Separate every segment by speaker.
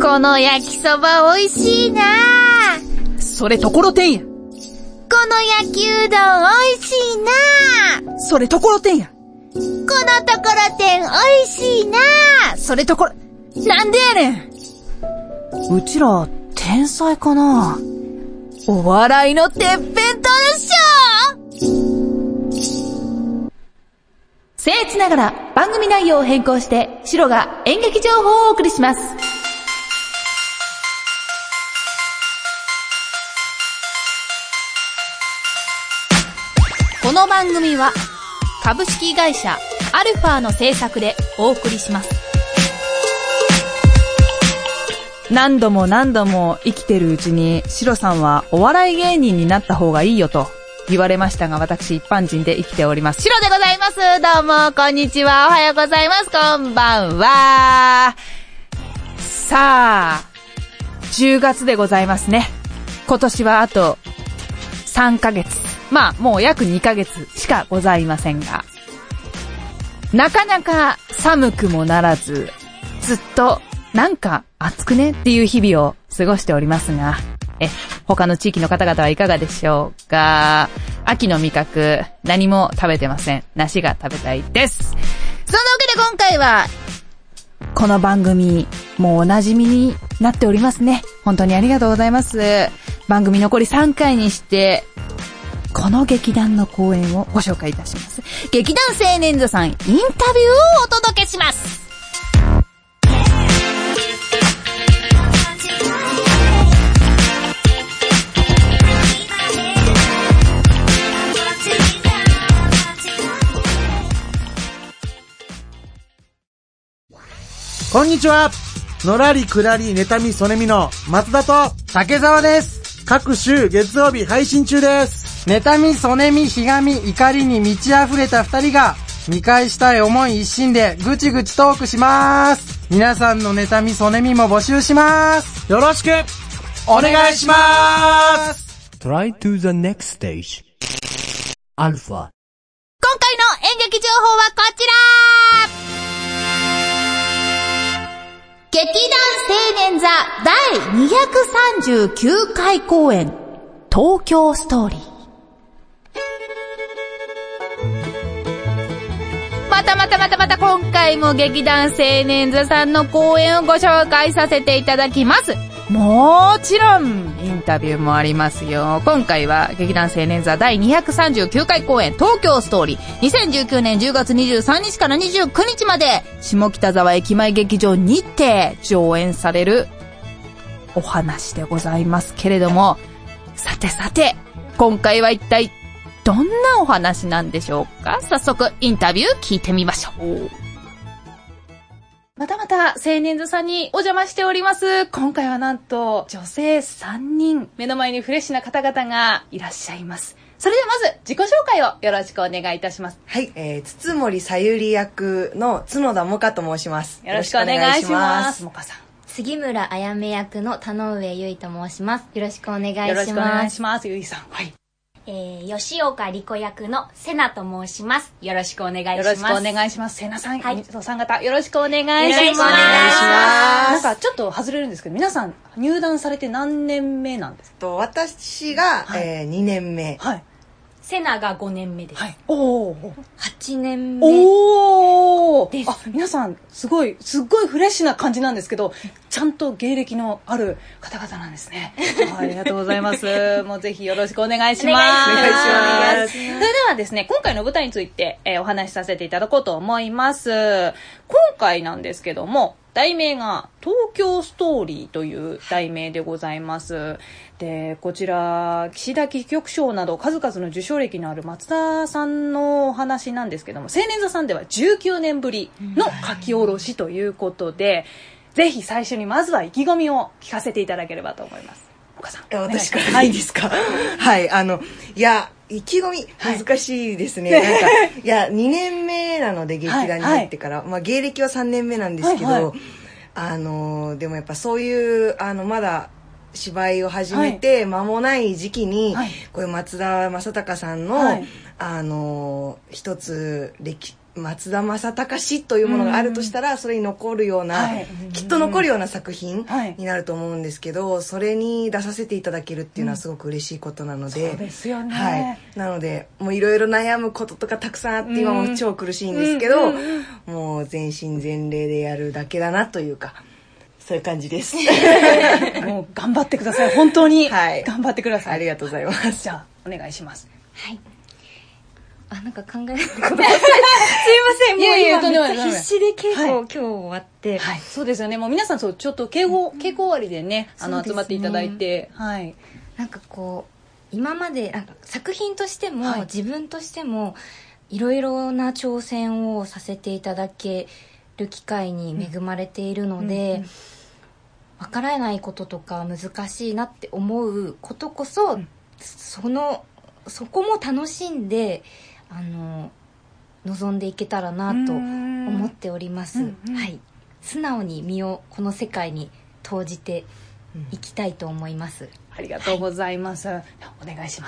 Speaker 1: この焼きそば美味しいな。
Speaker 2: それところてんや。
Speaker 1: この焼きうどん美味しいな。
Speaker 2: それところてんや。
Speaker 1: このところてん美味しいな。
Speaker 2: それところ、なんでやねん。うちら、天才かな。お笑いのてっぺんとるっしょ。僭越ながら番組内容を変更して、シロが演劇情報をお送りします。この番組は株式会社アルファの制作でお送りします。何度も何度も生きてるうちにシロさんはお笑い芸人になった方がいいよと言われましたが、私一般人で生きております。
Speaker 1: シロでございます。どうもこんにちは、おはようございます、こんばんは。
Speaker 2: さあ10月でございますね。今年はあと3ヶ月、まあもう約2ヶ月しかございませんが、なかなか寒くもならず、ずっとなんか暑くねっていう日々を過ごしておりますが、他の地域の方々はいかがでしょうか。秋の味覚、何も食べてません。梨が食べたいです。
Speaker 1: そんなわけで今回は、
Speaker 2: この番組、もうお馴染みになっておりますね。本当にありがとうございます。番組残り3回にして、この劇団の公演をご紹介いたします。
Speaker 1: 劇団青年座さんインタビューをお届けします。
Speaker 3: こんにちは。のらりくらり妬みそねみの松田と
Speaker 4: 竹澤です。
Speaker 3: 各週月曜日配信中です。
Speaker 4: 妬みそねみひがみ怒りに満ち溢れた二人が見返したい思い一心でぐちぐちトークします。皆さんの妬みそねみも募集します。
Speaker 3: よろしくお願いします。
Speaker 5: Try to the next stage. アルファ。
Speaker 1: 今回の演劇情報はこちら。劇団青年座第239回公演、東京ストーリー。また今回も劇団青年座さんの公演をご紹介させていただきます。
Speaker 2: もちろんインタビューもありますよ。今回は劇団青年座第239回公演東京ストーリー、2019年10月23日から29日まで下北沢駅前劇場にて上演されるお話でございますけれども、さて今回は一体どんなお話なんでしょうか。早速インタビュー聞いてみましょう。また青年座さんにお邪魔しております。今回はなんと女性3人、目の前にフレッシュな方々がいらっしゃいます。それではまず自己紹介をよろしくお願いいたします。
Speaker 6: はい、筒森さゆり役の角田萌香と申します。
Speaker 2: よろしくお願いします。萌香さん。
Speaker 7: 杉村あやめ役の田上結衣と申します。よろしくお願いします。
Speaker 2: よろしくお願いします。ゆいさん。はい。
Speaker 7: 吉岡里子役の瀬名と申します。よろしくお願いします。
Speaker 2: よろしくお願いします。瀬名さん、
Speaker 7: はい、
Speaker 2: お三方よろしくお願いします。
Speaker 7: よろしくお願いします。
Speaker 2: なんかちょっと外れるんですけど、皆さん入団されて何年目なんですか？
Speaker 6: 私が、2年目。
Speaker 2: はい。
Speaker 7: 瀬名が5年目です。
Speaker 2: はい。おー。
Speaker 7: 8年目。
Speaker 2: おー。
Speaker 7: です。
Speaker 2: あ、皆さんすっごいフレッシュな感じなんですけど、ちゃんと芸歴のある方々なんですね。ありがとうございます。もうぜひよろしくお願いします。
Speaker 6: お願いします。
Speaker 2: それではですね、今回の舞台について、お話しさせていただこうと思います。今回なんですけども、題名が東京ストーリーという題名でございます。で、こちら岸田戯曲賞など数々の受賞歴のある松田さんのお話なんですけども、青年座さんでは19年ぶりの書き下ろしということで、ぜひ最初にまずは意気込みを聞かせていただければと思います。岡さん。
Speaker 6: 私からいいですか？はい、いや、意気込み難しいですね。なんかいや2年目なので劇団に入ってから、まあ芸歴は3年目なんですけど、でもやっぱそういうまだ芝居を始めて間もない時期に、こういう松田正隆さんの、一つ松田正隆氏というものがあるとしたら、それに残るような、きっと残るような作品になると思うんですけど、それに出させていただけるっていうのはすごく嬉しいことなので、
Speaker 2: そうですよね。
Speaker 6: はい。なので、もういろいろ悩むこととかたくさんあって、今も超苦しいんですけど、もう全身全霊でやるだけだなというか、そういう感じです。
Speaker 2: もう頑張ってください。本当に。
Speaker 6: はい。
Speaker 2: 頑張ってください。
Speaker 6: ありがとうございます。
Speaker 2: じゃあ、お願いします。
Speaker 7: はい。なんか考えることすいません、もう今めっちゃ必死で稽古、今日終わって。
Speaker 2: はい。そうですよね。もう皆さんちょっと稽古終わりでね、集まっていただいて、はい。
Speaker 7: なんかこう、今まで、作品としても、自分としても、いろいろな挑戦をさせていただける機会に恵まれているので、わからないこととか難しいなって思うことこそ、そこも楽しんで、望んでいけたらなと思っております。はい。素直に身をこの世界に投じていきたいと思います。
Speaker 2: ありがとうございます。お願いします。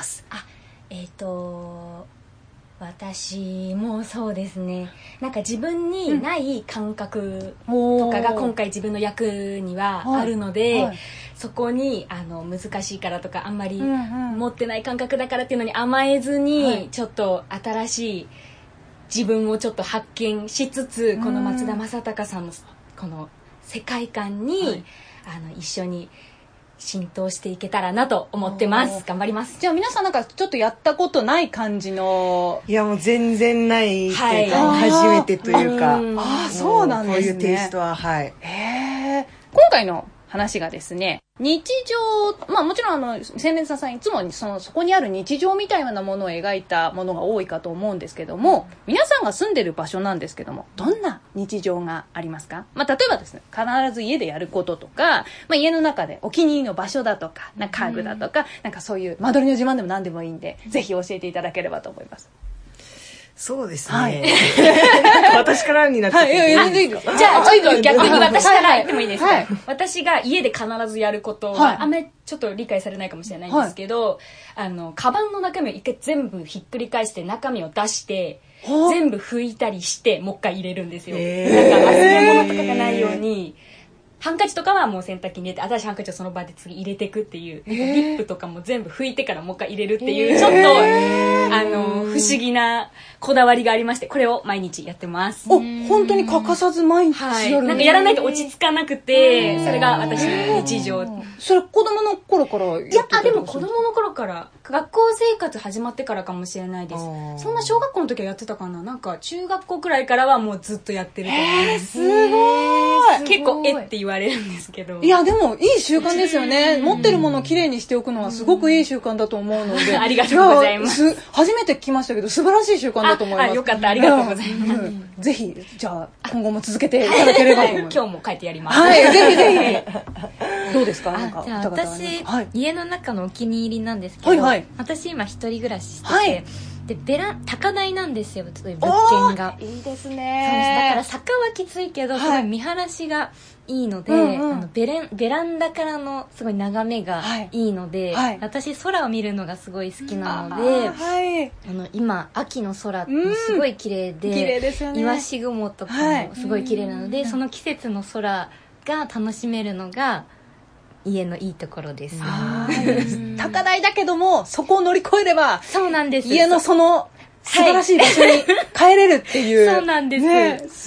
Speaker 7: 私もそうですね。なんか自分にない感覚とかが今回自分の役にはあるので、そこに難しいからとかあんまり持ってない感覚だからっていうのに甘えずに、ちょっと新しい自分をちょっと発見しつつ、この松田正隆さんのこの世界観に、一緒に浸透していけたらなと思ってます。頑張ります。
Speaker 2: じゃあ皆さんなんかちょっとやったことない感じの。
Speaker 6: いやもう全然ないというか、初めてというか。
Speaker 2: そうなんですね。
Speaker 6: こういうテイストは、はい。
Speaker 2: 今回の話がですね、日常、もちろん青年座さんいつもそこにある日常みたいなものを描いたものが多いかと思うんですけども、皆さんが住んでる場所なんですけども、どんな日常がありますか？例えばですね、必ず家でやることとか、家の中でお気に入りの場所だとか、家具だとか、なんかそういう間取りの自慢でも何でもいいんで、ぜひ教えていただければと思います。
Speaker 6: そうですね。私からになっちゃって。
Speaker 7: じゃあ、ちょっと逆に私から言ってもいいですか？私が家で必ずやることは、あんまりちょっと理解されないかもしれないんですけど、カバンの中身を一回全部ひっくり返して中身を出して、全部拭いたりして、もう一回入れるんですよ。なんか忘れ物とかがないように。ハンカチとかはもう洗濯機に入れて、新しいハンカチをその場で次入れていくっていう、リップとかも全部拭いてからもう一回入れるっていう、ちょっと、不思議なこだわりがありまして、これを毎日やってます。
Speaker 2: 本当に欠かさず毎日やる。
Speaker 7: なんかやらないと落ち着かなくて、それが私の日常。
Speaker 2: それ子供の頃からやってた？
Speaker 7: いや、でも子供の頃から、学校生活始まってからかもしれないです。そんな小学校の時はやってたかな？なんか中学校くらいからはもうずっとやってると思います。
Speaker 2: すごい。
Speaker 7: 結構って言われるんですけど。
Speaker 2: いや、でもいい習慣ですよね。持ってるものをきれいにしておくのはすごくいい習慣だと思うので。
Speaker 7: ありがとうございます。
Speaker 2: 初めて聞きましたけど、素晴らしい習慣だと思います。
Speaker 7: よかった、ありがとうございます。
Speaker 2: ぜひ、じゃあ、今後も続けていただければと思います。
Speaker 7: 今日も書いてやります。
Speaker 2: はい、ぜひぜひ。どうですか？
Speaker 8: じゃあ私、家の中のお気に入りなんですけど、私今一人暮らししてて、で、高台なんですよ、そういう物件が。
Speaker 2: いいです
Speaker 8: ね。
Speaker 2: ね。
Speaker 8: だから坂はきついけど、すごい見晴らしがいいので、ベランダからのすごい眺めがいいので、私空を見るのがすごい好きなので、今、秋の空もすごい綺麗で、イワシ雲とかもすごい綺麗なので、その季節の空が楽しめるのが、家のいいところです。
Speaker 2: 高台だけども、そこを乗り越えれば、
Speaker 8: そうなんです。
Speaker 2: 家のその素晴らしい場所に帰れるっていう。
Speaker 8: そうなんです。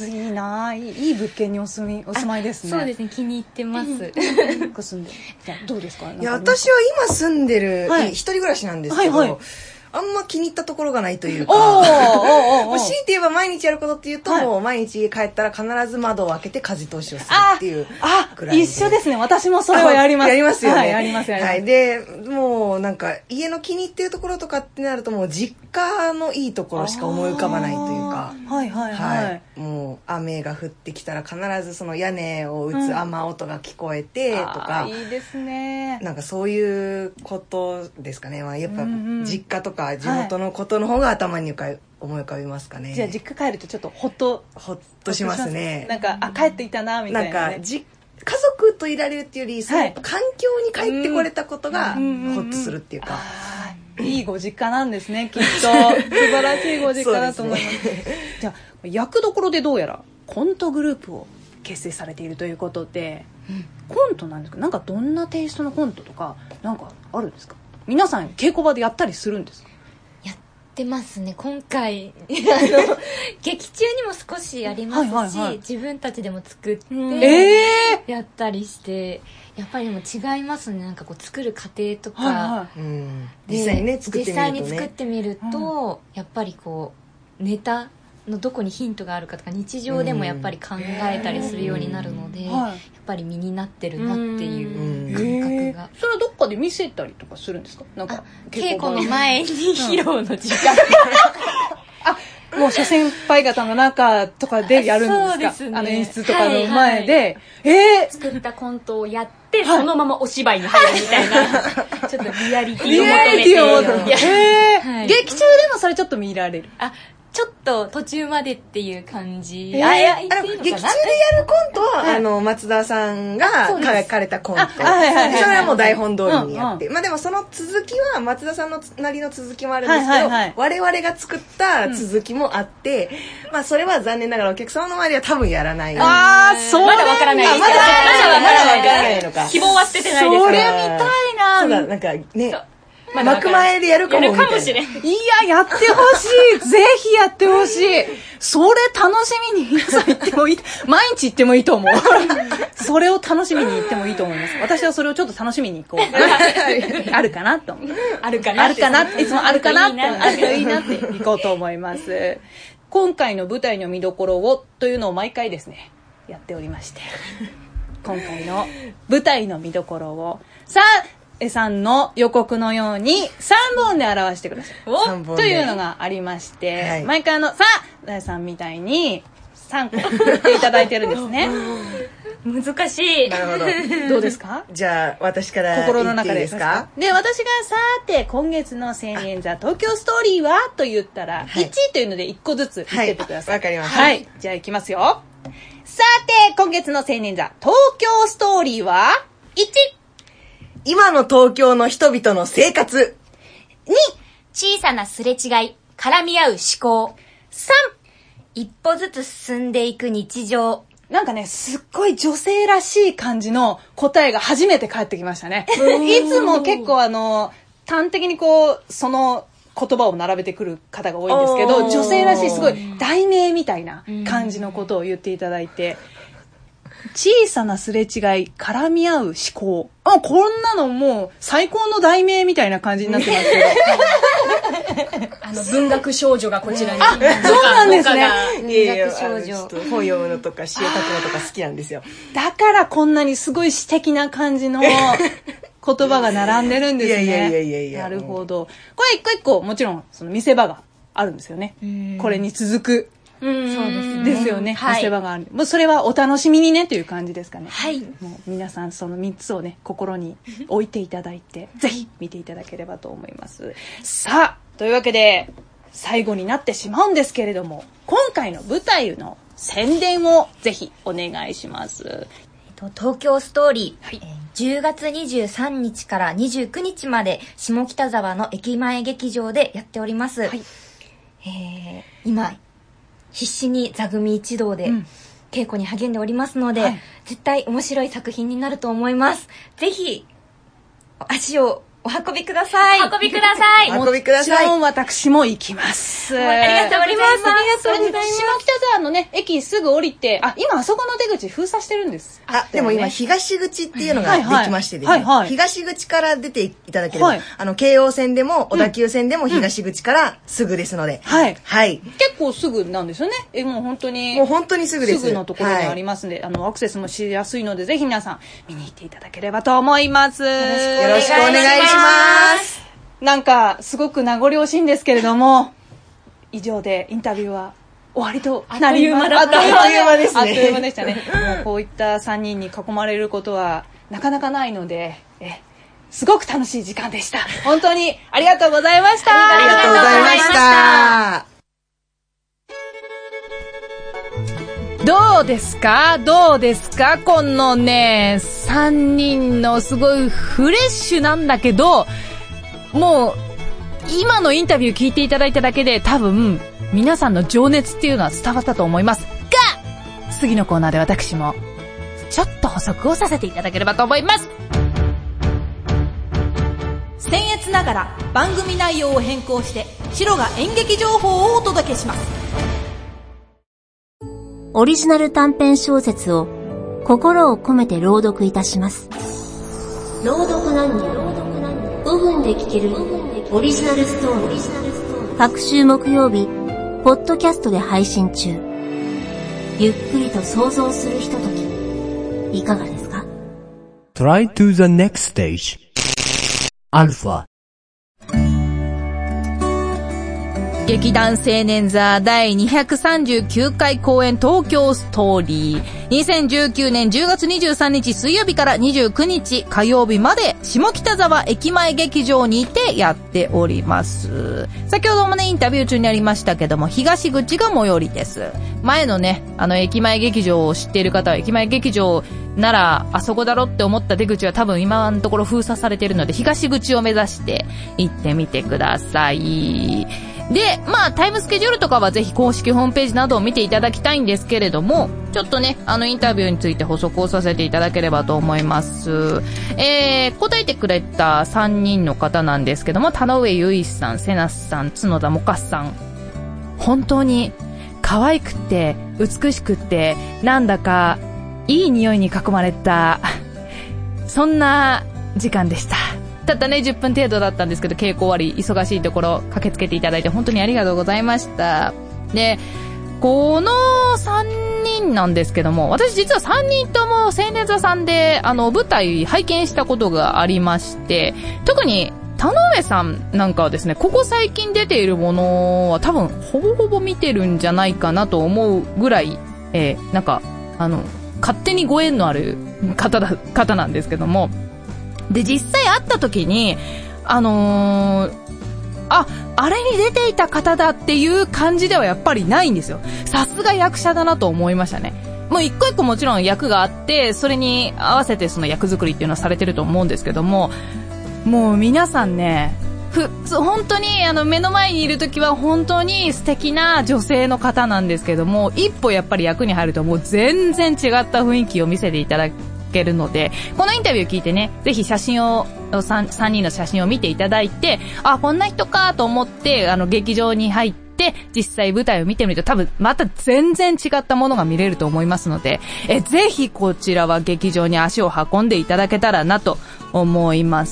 Speaker 2: いいなぁ。いい物件にお住まいですね。
Speaker 8: そうですね、気に入ってます。
Speaker 2: 住んで。どうですか？
Speaker 6: いや、私は今住んでる、一人暮らしなんですけど、あんま気に入ったところがないというか、強いて言えば毎日やることっていうと、もう毎日家帰ったら必ず窓を開けて風通しをするっていうくらい。
Speaker 2: 一緒ですね。私もそれはやります。
Speaker 6: やりますよね。
Speaker 2: やります。
Speaker 6: で、もうなんか家の気に入ってるところとかってなるともう実家のいいところしか思い浮かばないというか、もう雨が降ってきたら必ずその屋根を打つ雨音が聞こえてとか、
Speaker 2: いいですね。
Speaker 6: なんかそういうことですかね。やっぱ実家とか地元のことの方が頭に思い浮かびますかね。
Speaker 2: じゃあ実家帰るとちょっとほっと
Speaker 6: しますね。
Speaker 2: なんか帰っていたなみたいな。
Speaker 6: なんか家族といられるっていうより、その環境に帰ってこれたことがほっとするっていうか。
Speaker 2: いいご実家なんですね、きっと。素晴らしいご実家だと思います。じゃあ、役どころでどうやらコントグループを結成されているということで、コントなんですか？なんかどんなテイストのコントとか、なんかあるんですか？皆さん稽古場でやったりするんですか？
Speaker 8: やってますね。今回劇中にも少しありますし、自分たちでも作ってやったりして、やっぱりでも違いますね。なんかこう作る過程とか、
Speaker 6: 実際にね作
Speaker 8: ってみると、やっぱりこうネタのどこにヒントがあるかとか、日常でもやっぱり考えたりするようになるので、やっぱり身になってるなっていう感覚が。
Speaker 2: それはどっかで見せたりとかするんですか？なんか
Speaker 8: 稽古の前に披露の時間
Speaker 2: もう諸先輩方の中とかでやるんですか？そうですね。演出とかの前で、
Speaker 7: 作ったコントをやって、そのままお芝居に入るみたいな、ちょっとリアリティを求めて。
Speaker 2: 劇中でもそれちょっと見られる？
Speaker 8: ちょっと途中までっていう感じ。
Speaker 6: 劇中でやるコントは、松田さんが書かれたコント。それはもう台本通りにやって。まあでもその続きは、松田さんのなりの続きもあるんですけど、我々が作った続きもあって、まあそれは残念ながらお客様の前では多分やらない。
Speaker 7: そうまだわからないですけど。まだわからないのか。希望は捨ててないです
Speaker 2: それ見たいな。
Speaker 6: そうだ、なんかね。幕前でやるかもしれない。
Speaker 2: いや、やってほしい。ぜひやってほしい。それ楽しみにいつ行ってもいい。毎日行ってもいいと思う。それを楽しみに行ってもいいと思います。私はそれをちょっと楽しみに行こう。あるかなと。
Speaker 7: あるかな。
Speaker 2: いつもあるかなって。あるといいなって行こうと思います。今回の舞台の見どころをというのを毎回ですね、やっておりまして。今回の舞台の見どころを。さあ、さんの予告のように3本で表してくださいというのがありまして、毎回さあさんみたいに3個言っていただいてるんですね。
Speaker 7: 難しい。
Speaker 6: なるほど。
Speaker 2: どうですか？
Speaker 6: じゃあ私から
Speaker 2: 心の中
Speaker 6: でいいですか？
Speaker 2: で、私がさて今月の青年座東京ストーリーはと言ったら、1位というので1個ずつ言ってってください。
Speaker 6: わかりました。
Speaker 2: はい。じゃあいきますよ。さて今月の青年座東京ストーリーは1、
Speaker 6: 今の東京の人々の生活。
Speaker 7: 2、小さなすれ違い、絡み合う思考。
Speaker 8: 3、一歩ずつ進んでいく日常。
Speaker 2: なんかね、すっごい女性らしい感じの答えが初めて返ってきましたね。いつも結構端的にその言葉を並べてくる方が多いんですけど、女性らしいすごい題名みたいな感じのことを言っていただいて、小さなすれ違い、絡み合う思考。こんなのもう最高の題名みたいな感じになってますけど。
Speaker 7: 文学少女がこちらに。
Speaker 2: そうなんですね。
Speaker 6: 文学少女。本読むのとか詩を書くのとか好きなんですよ。
Speaker 2: だからこんなにすごい詩的な感じの言葉が並んでるんですね。
Speaker 6: いや。
Speaker 2: なるほど。これ一個一個もちろんその見せ場があるんですよね。これに続く。
Speaker 8: そうですね。
Speaker 2: ですよね。見せ場がある。もうそれはお楽しみにねという感じですかね。
Speaker 8: はい。
Speaker 2: もう皆さんその3つをね、心に置いていただいて、ぜひ見ていただければと思います。さあ、というわけで、最後になってしまうんですけれども、今回の舞台の宣伝をぜひお願いします。
Speaker 8: 東京ストーリー、10月23日から29日まで下北沢の駅前劇場でやっております。今、必死に座組一同で稽古に励んでおりますので、絶対面白い作品になると思います。ぜひ、足をお運びください。
Speaker 7: お運びください。
Speaker 6: お運びください。
Speaker 2: もちろん私も行きます。
Speaker 8: ありがとうございます。
Speaker 2: ありがとうございます。下北沢のね、駅すぐ降りて、今あそこの出口封鎖してるんです。
Speaker 6: でも今東口っていうのができましてですね。東口から出ていただければ、京王線でも小田急線でも東口からすぐですので。はい。
Speaker 2: 結構すぐなんですよね。もう本当に
Speaker 6: すぐです。
Speaker 2: すぐのところにありますんで、アクセスもしやすいので、ぜひ皆さん見に行っていただければと思います。よ
Speaker 6: ろしくお願いします。
Speaker 2: なんかすごく名残惜しいんですけれども、以上でインタビューは終わりとなります。
Speaker 6: あっという間ですね。
Speaker 2: あっという間でしたね。もうこういった3人に囲まれることはなかなかないので、すごく楽しい時間でした。本当にありがとうございました。
Speaker 6: ありがとうございま
Speaker 2: した。どうですかこのね、3人のすごいフレッシュなんだけど、もう、 今のインタビュー聞いていただいただけで多分皆さんの情熱っていうのは伝わったと思いますが、次のコーナーで私もちょっと補足をさせていただければと思います。僭越ながら番組内容を変更して白が演劇情報をお届けします。
Speaker 1: オリジナル短編小説を心を込めて朗読いたします。朗読何人5分で聞けるオリジナルストーリー。各週木曜日ポッドキャストで配信中。ゆっくりと想像するひととき、いかがですか？
Speaker 5: Try to the next stage. Alpha。
Speaker 2: 劇団青年座第239回公演東京ストーリー。2019年10月23日水曜日から29日火曜日まで下北沢駅前劇場にてやっております。先ほどもね、インタビュー中にありましたけども、東口が最寄りです。前のね、駅前劇場を知っている方は、駅前劇場ならあそこだろって思った出口は多分今のところ封鎖されているので、東口を目指して行ってみてください。で、タイムスケジュールとかはぜひ公式ホームページなどを見ていただきたいんですけれども、ちょっとね、インタビューについて補足をさせていただければと思います。答えてくれた3人の方なんですけども、田上由衣さん、瀬那さん、角田もかさん。本当に可愛くて、美しくて、なんだかいい匂いに囲まれた、そんな時間でした。たったね、10分程度だったんですけど、稽古終わり、忙しいところ、駆けつけていただいて本当にありがとうございました。で、この3人なんですけども、私実は3人とも青年座さんで、舞台拝見したことがありまして、特に、田上さんなんかはですね、ここ最近出ているものは多分、ほぼほぼ見てるんじゃないかなと思うぐらい、なんか、勝手にご縁のある方なんですけども、で、実際会った時に、あれに出ていた方だっていう感じではやっぱりないんですよ。さすが役者だなと思いましたね。もう一個一個もちろん役があって、それに合わせてその役作りっていうのはされてると思うんですけども、もう皆さんね、本当に目の前にいる時は本当に素敵な女性の方なんですけども、一歩やっぱり役に入るともう全然違った雰囲気を見せていただけるので、このインタビュー聞いてね、ぜひ写真を3人の写真を見ていただいて、こんな人かと思って劇場に入って実際舞台を見てみると多分また全然違ったものが見れると思いますので、ぜひこちらは劇場に足を運んでいただけたらなと思います。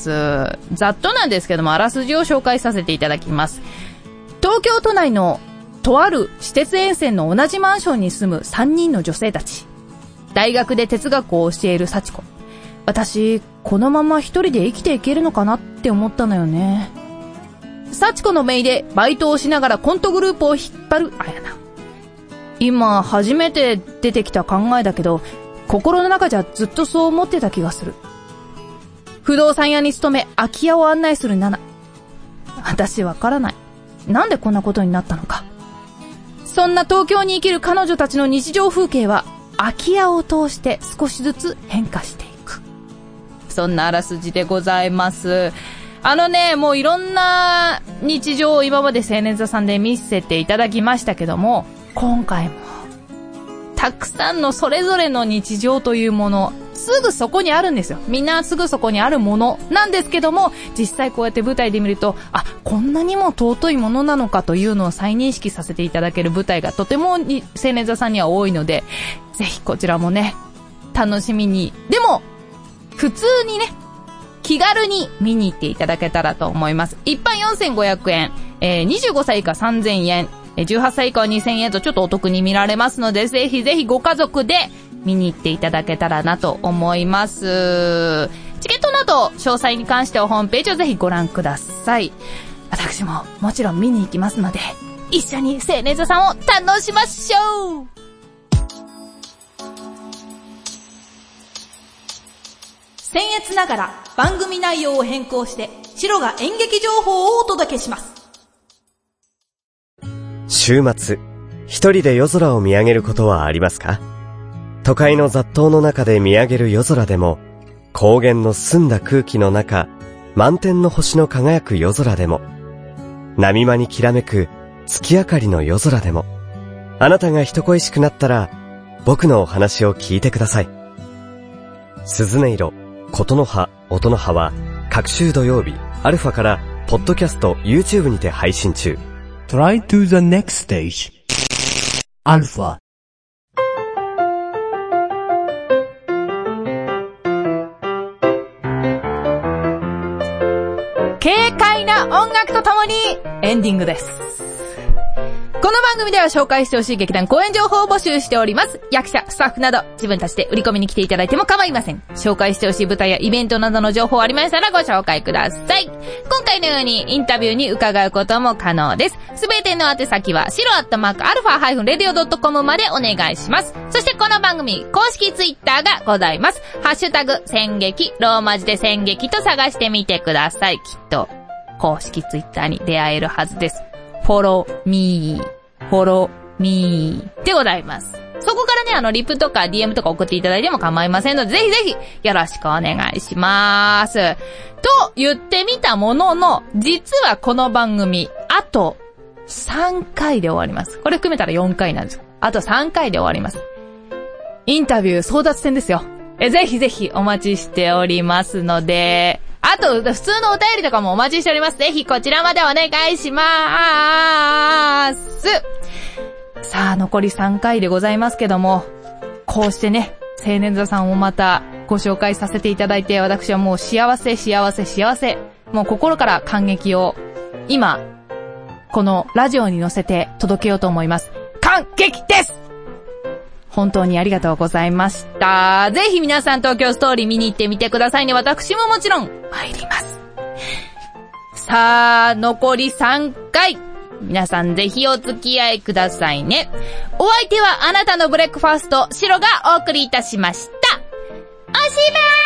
Speaker 2: ざっとなんですけども、あらすじを紹介させていただきます。東京都内のとある私鉄沿線の同じマンションに住む3人の女性たち。大学で哲学を教える幸子。私、このまま一人で生きていけるのかなって思ったのよね。幸子の姪でバイトをしながらコントグループを引っ張るあやな。今初めて出てきた考えだけど、心の中じゃずっとそう思ってた気がする。不動産屋に勤め空き家を案内するナナ。私わからない。なんでこんなことになったのか。そんな東京に生きる彼女たちの日常風景は空き家を通して少しずつ変化していく。そんなあらすじでございます。もういろんな日常を今まで青年座さんで見せていただきましたけども、今回もたくさんのそれぞれの日常というもの、すぐそこにあるんですよ。みんなすぐそこにあるものなんですけども、実際こうやって舞台で見ると、こんなにも尊いものなのかというのを再認識させていただける舞台がとても青年座さんには多いので、ぜひこちらもね、楽しみに、でも普通にね、気軽に見に行っていただけたらと思います。一般4500円、25歳以下3000円、18歳以下は2000円とちょっとお得に見られますので、ぜひぜひご家族で見に行っていただけたらなと思います。チケットなど詳細に関してはホームページをぜひご覧ください。私ももちろん見に行きますので、一緒に青年座さんを堪能しましょう。僭越ながら番組内容を変更して白が演劇情報をお届けします。
Speaker 9: 週末、一人で夜空を見上げることはありますか？都会の雑踏の中で見上げる夜空でも、高原の澄んだ空気の中、満天の星の輝く夜空でも、 波間にきらめく月明かりの夜空でも、あなたが人恋しくなったら、僕のお話を聞いてください。鈴音色、琴の葉、音の葉は、各週土曜日、アルファから、ポッドキャスト、YouTube にて配信中。
Speaker 5: Try to the next stage. アルファ。
Speaker 2: 軽快な音楽とともにエンディングです。この番組では紹介してほしい劇団公演情報を募集しております。役者、スタッフなど自分たちで売り込みに来ていただいても構いません。紹介してほしい舞台やイベントなどの情報ありましたらご紹介ください。今回のようにインタビューに伺うことも可能です。すべての宛先はshiro@alpha-radio.com までお願いします。そしてこの番組公式ツイッターがございます。ハッシュタグ戦劇、ローマ字で戦劇と探してみてください。きっと公式ツイッターに出会えるはずです。フォローミーでございます。そこからね、リプとか DM とか送っていただいても構いませんので、ぜひぜひよろしくお願いします。と言ってみたものの、実はこの番組、あと3回で終わります。これ含めたら4回なんですよ。あと3回で終わります。インタビュー争奪戦ですよ。ぜひぜひお待ちしておりますので、あと、普通のお便りとかもお待ちしております。ぜひこちらまでお願いしまーす。さあ、残り3回でございますけども、こうしてね、青年座さんをまたご紹介させていただいて、私はもう幸せ。もう心から感激を、今、このラジオに乗せて届けようと思います。感激です！本当にありがとうございました。ぜひ皆さん東京ストーリー見に行ってみてくださいね。私ももちろん参ります。さあ、残り3回。皆さんぜひお付き合いくださいね。お相手はあなたのブレックファースト、シロがお送りいたしました。おしまい！一回見て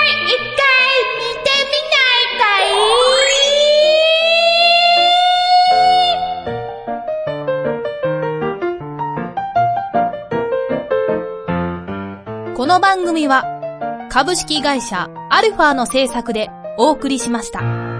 Speaker 2: みないかい？この番組は株式会社アルファの制作でお送りしました。